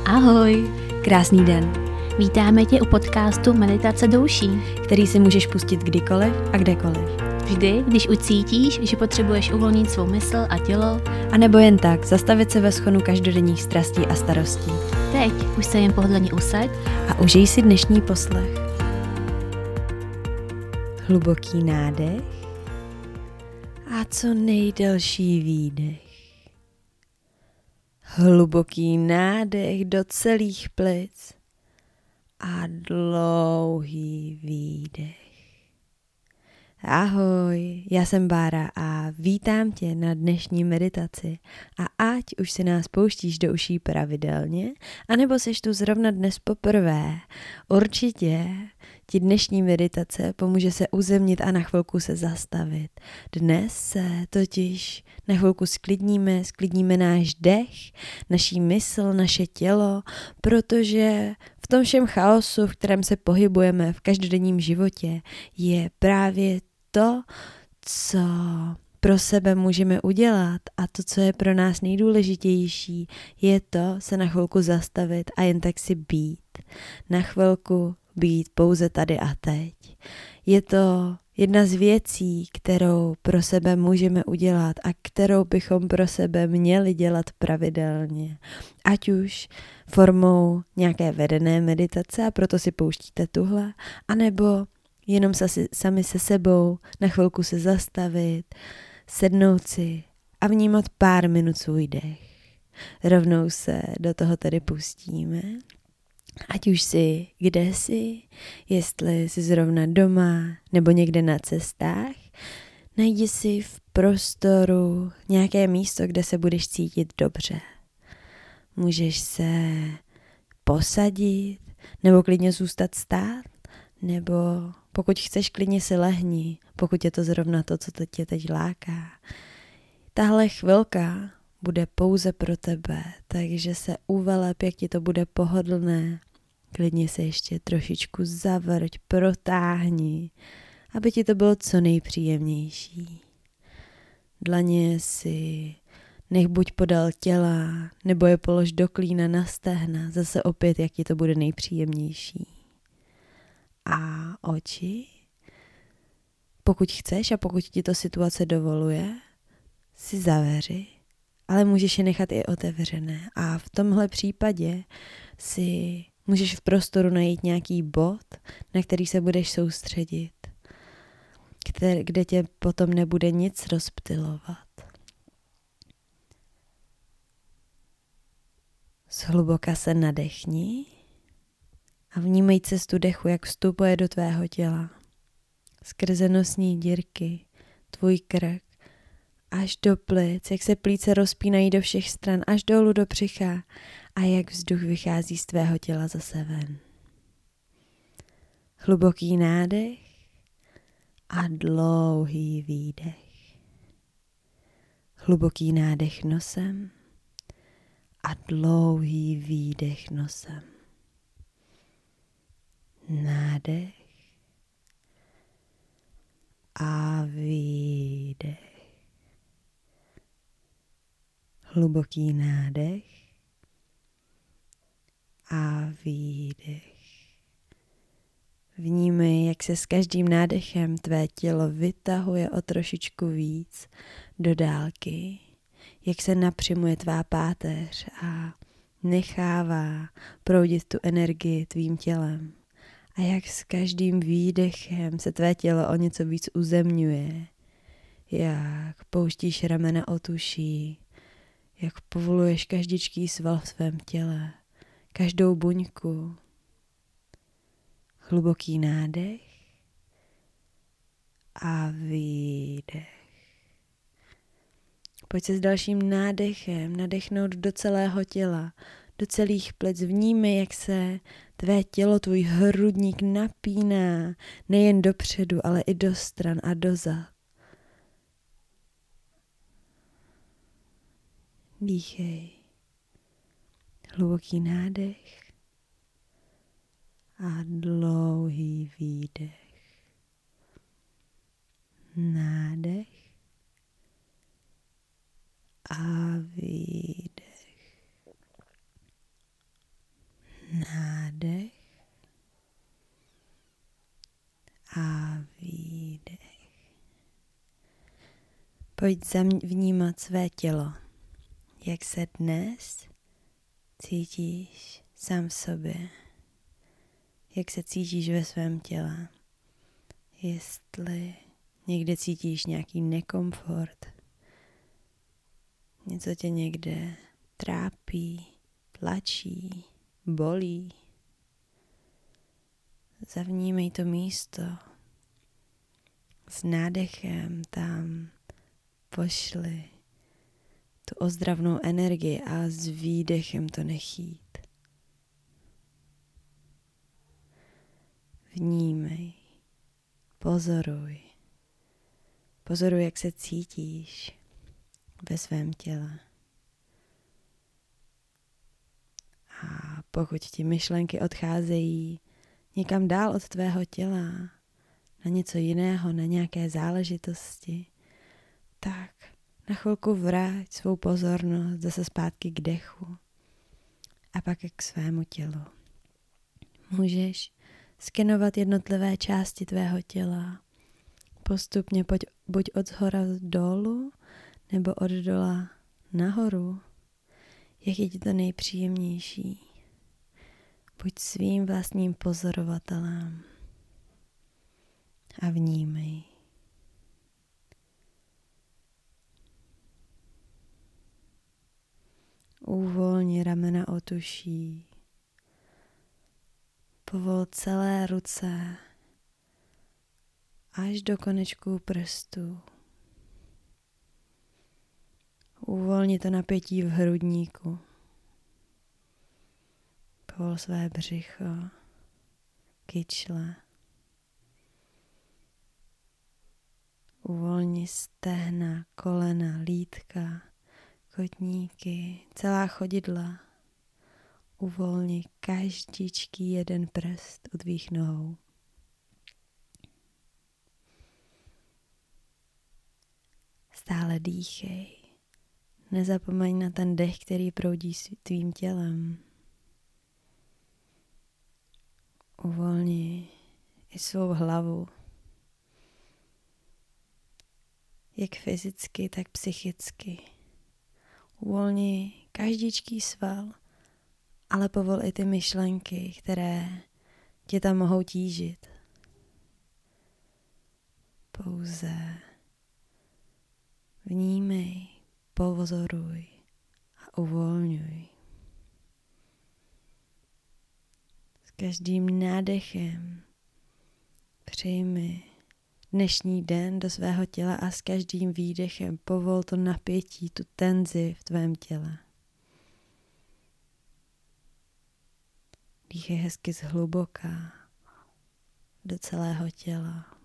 Ahoj, Krásný den, vítáme tě u podcastu Meditace douší. který si můžeš pustit kdykoliv a kdekoliv. Vždy, když ucítíš, že potřebuješ uvolnit svou mysl a tělo, A nebo jen tak, zastavit se ve schonu každodenních strastí a starostí. teď už se jen pohodlně usaď A užij si dnešní poslech. Hluboký nádech a co nejdelší výdech. Hluboký nádech do celých plic a dlouhý výdech. Ahoj, já jsem Bára a vítám tě na dnešní meditaci a ať už si nás pouštíš do uší pravidelně, anebo seš tu zrovna dnes poprvé, určitě ti dnešní meditace pomůže se uzemnit a na chvilku se zastavit. Dnes se totiž na chvilku sklidníme náš dech, naší mysl, naše tělo, protože v tom všem chaosu, v kterém se pohybujeme v každodenním životě, je právě to, co pro sebe můžeme udělat a to, co je pro nás nejdůležitější, je to se na chvilku zastavit a jen tak si být. Na chvilku být pouze tady a teď. Je to jedna z věcí, kterou pro sebe můžeme udělat a kterou bychom pro sebe měli dělat pravidelně. Ať už formou nějaké vedené meditace a proto si pouštíte tuhle, anebo jenom sami se sebou na chvilku se zastavit, sednout si a vnímat pár minut svůj dech. Rovnou se do toho tedy pustíme. Ať už jsi, kde jsi, jestli jsi zrovna doma nebo někde na cestách, najdi si v prostoru nějaké místo, kde se budeš cítit dobře. Můžeš se posadit nebo klidně zůstat stát, nebo pokud chceš, klidně si lehni, pokud je to zrovna to, co tě teď láká. Tahle chvilka bude pouze pro tebe, takže se uvelep, jak ti to bude pohodlné. Klidně se ještě trošičku zavrť, protáhni, aby ti to bylo co nejpříjemnější. Dlaně si nech buď podél těla, nebo je polož do klína na stehna, zase opět, jak ti to bude nejpříjemnější. A oči, pokud chceš a pokud ti to situace dovoluje, si zaveři, ale můžeš je nechat i otevřené. A v tomhle případě si můžeš v prostoru najít nějaký bod, na který se budeš soustředit, kde tě potom nebude nic rozptylovat. Zhluboka se nadechni a vnímej cestu dechu, jak vstupuje do tvého těla. Skrze nosní dírky, tvůj krk, až do plic, jak se plíce rozpínají do všech stran, až dolů do břicha a jak vzduch vychází z tvého těla zase ven. Hluboký nádech a dlouhý výdech. Hluboký nádech nosem a dlouhý výdech nosem. Nádech a výdech. Hluboký nádech a výdech. Vnímej, jak se s každým nádechem tvé tělo vytahuje o trošičku víc do dálky, jak se napřimuje tvá páteř a nechává proudit tu energii tvým tělem. A jak s každým výdechem se tvé tělo o něco víc uzemňuje, jak pouštíš ramena od uší, jak povoluješ každičký sval v svém těle, každou buňku. Hluboký nádech a výdech. Pojď se s dalším nádechem nadechnout do celého těla, do celých plic. Vnímej, jak se tvé tělo, tvůj hrudník napíná nejen dopředu, ale i do stran a dozad. Dýchej. Hluboký nádech a dlouhý výdech. Nádech a výdech. Pojď vnímat své tělo. Jak se dnes cítíš sám v sobě? Jak se cítíš ve svém těle? Jestli někde cítíš nějaký nekomfort, něco tě někde trápí, tlačí, bolí. Zavnímej to místo. S nádechem tam pošli tu ozdravnou energii a s výdechem to nechít. Vnímej, pozoruj. Pozoruj, jak se cítíš ve svém těle. A pokud ti myšlenky odcházejí někam dál od tvého těla, na něco jiného, na nějaké záležitosti, tak na chvilku vrať svou pozornost zase zpátky k dechu a pak k svému tělu. Můžeš skenovat jednotlivé části tvého těla, postupně buď od shora dolů, nebo od dola nahoru, jak je ti to nejpříjemnější. Buď svým vlastním pozorovatelem a vnímej. Uvolni ramena od uší. Povol celé ruce až do konečků prstů. Uvolni to napětí v hrudníku. Povol své břicho, kyčle. Uvolni stehna, kolena, lítka, kotníky, celá chodidla. Uvolni každičký jeden prst u tvých nohou. Stále dýchej. Nezapomeň na ten dech, který proudí tvým tělem. Uvolni i svou hlavu. Jak fyzicky, tak psychicky. Uvolni každičký sval, ale povol i ty myšlenky, které tě tam mohou tížit. Pouze vnímej, pozoruj a uvolňuj. S každým nádechem přijmi dnešní den do svého těla a s každým výdechem povol to napětí, tu tenzi v tvém těle. Dýchej hezky zhluboka do celého těla.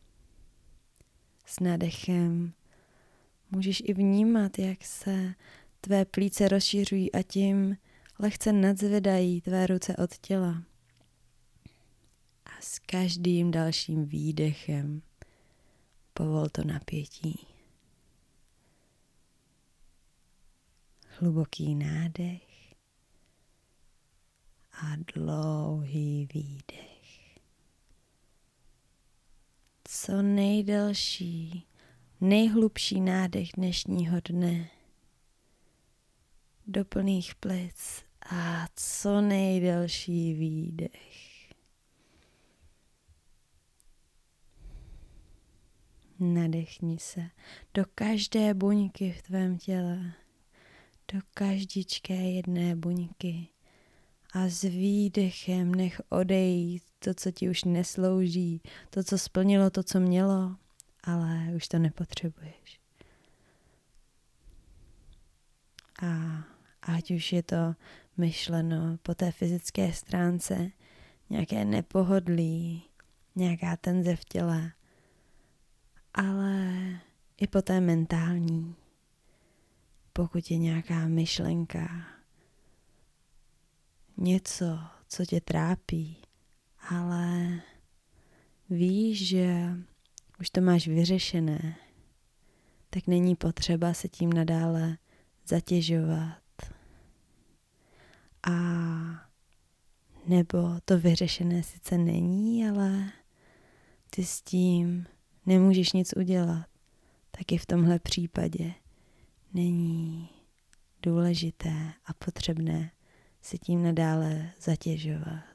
S nádechem můžeš i vnímat, jak se tvé plíce rozšiřují a tím lehce nadzvedají tvé ruce od těla. A s každým dalším výdechem povol to napětí. Hluboký nádech a dlouhý výdech. Co nejdelší, nejhlubší nádech dnešního dne do plných plic a co nejdelší výdech. Nadechni se do každé buňky v tvém těle, do každičké jedné buňky a s výdechem nech odejít to, co ti už neslouží, to, co splnilo to, co mělo, ale už to nepotřebuješ. A ať už je to myšleno po té fyzické stránce, nějaké nepohodlí, nějaká tenze v těle, ale i po té mentální, pokud je nějaká myšlenka, něco, co tě trápí, ale víš, že už to máš vyřešené, tak není potřeba se tím nadále zatěžovat. A nebo to vyřešené sice není, ale ty s tím nemůžeš nic udělat. taky v tomhle případě není důležité a potřebné se tím nadále zatěžovat.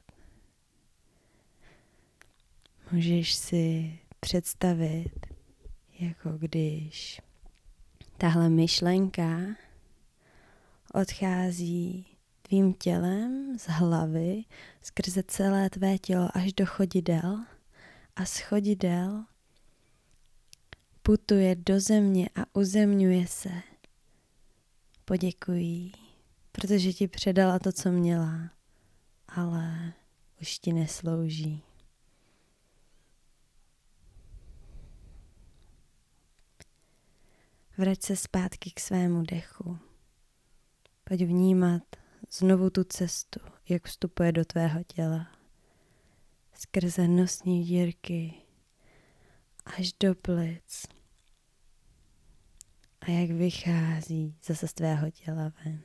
Můžeš si představit, jako když tahle myšlenka odchází tvým tělem z hlavy skrze celé tvé tělo až do chodidel a z chodidel putuje do země a uzemňuje se. Poděkuji, protože ti předala to, co měla, ale už ti neslouží. Vrať se zpátky k svému dechu. Pojď vnímat znovu tu cestu, jak vstupuje do tvého těla. Skrze nosní dírky až do plic. A jak vychází zase z tvého těla ven.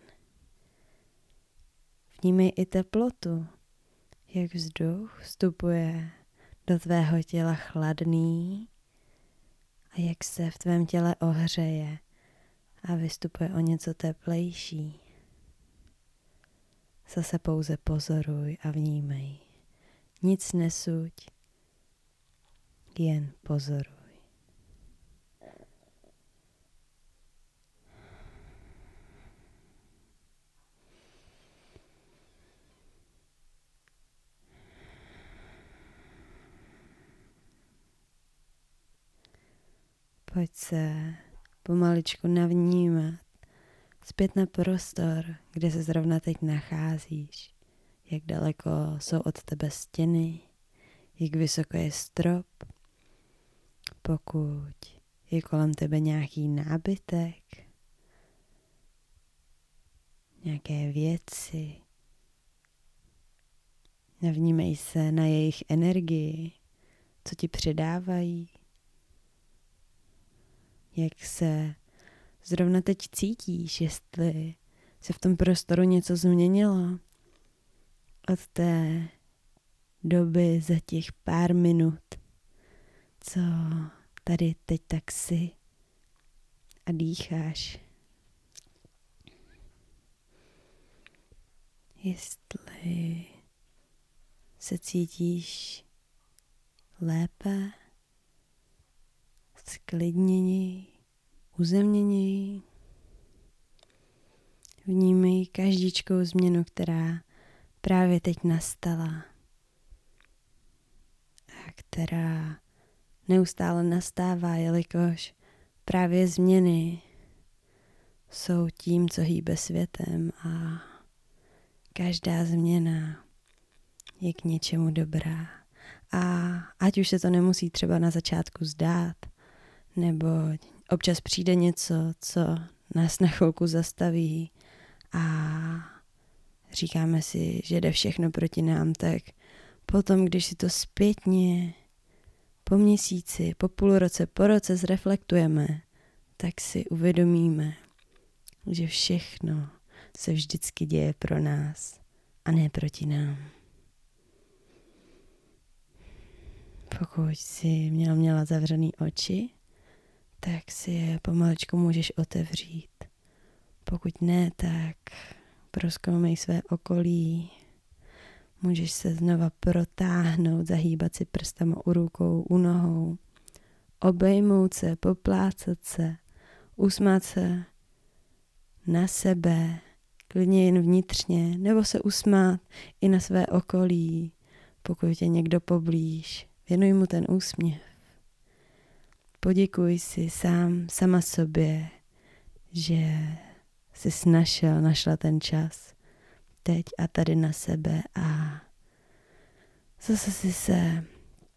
Vnímej i teplotu, jak vzduch vstupuje do tvého těla chladný a jak se v tvém těle ohřeje a vystupuje o něco teplejší. Zase pouze pozoruj a vnímej. Nic nesuď, jen pozoruj. Pojď se pomaličku navnímat zpět na prostor, kde se zrovna teď nacházíš. Jak daleko jsou od tebe stěny, jak vysoko je strop, pokud je kolem tebe nějaký nábytek, nějaké věci. Navnímej se na jejich energii, co ti předávají. Jak se zrovna teď cítíš, jestli se v tom prostoru něco změnilo od té doby za těch pár minut, co tady teď tak jsi a dýcháš. Jestli se cítíš lépe, sklidněněji, uzemněněji. Vnímej každičkou změnu, která právě teď nastala a která neustále nastává, jelikož právě změny jsou tím, co hýbe světem a každá změna je k něčemu dobrá. A ať už se to nemusí třeba na začátku zdát, nebo občas přijde něco, co nás na chvilku zastaví a říkáme si, že jde všechno proti nám, tak potom, když si to zpětně po měsíci, po půl roce, po roce zreflektujeme, tak si uvědomíme, že všechno se vždycky děje pro nás a ne proti nám. Pokud jsi měla zavřený oči, tak si je pomaličku můžeš otevřít. Pokud ne, tak prozkoumej své okolí. Můžeš se znova protáhnout, zahýbat si prstama u rukou, u nohou. Obejmout se, poplácat se, usmát se na sebe, klidně jen vnitřně, nebo se usmát i na své okolí, pokud je někdo poblíž. Věnuj mu ten úsměv. Poděkuj si sama sobě, že jsi našla ten čas teď a tady na sebe a zase si se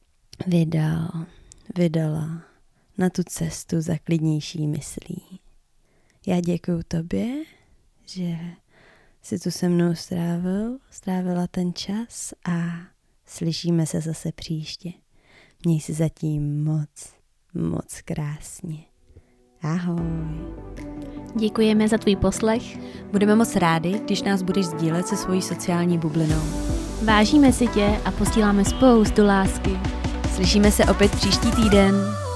vydala na tu cestu za klidnější myslí. Já děkuju tobě, že jsi tu se mnou strávila ten čas a slyšíme se zase příště. Měj si zatím moc krásně. Ahoj. Děkujeme za tvůj poslech. Budeme moc rádi, když nás budeš sdílet se svojí sociální bublinou. Vážíme si tě a posíláme spoustu lásky. Slyšíme se opět příští týden.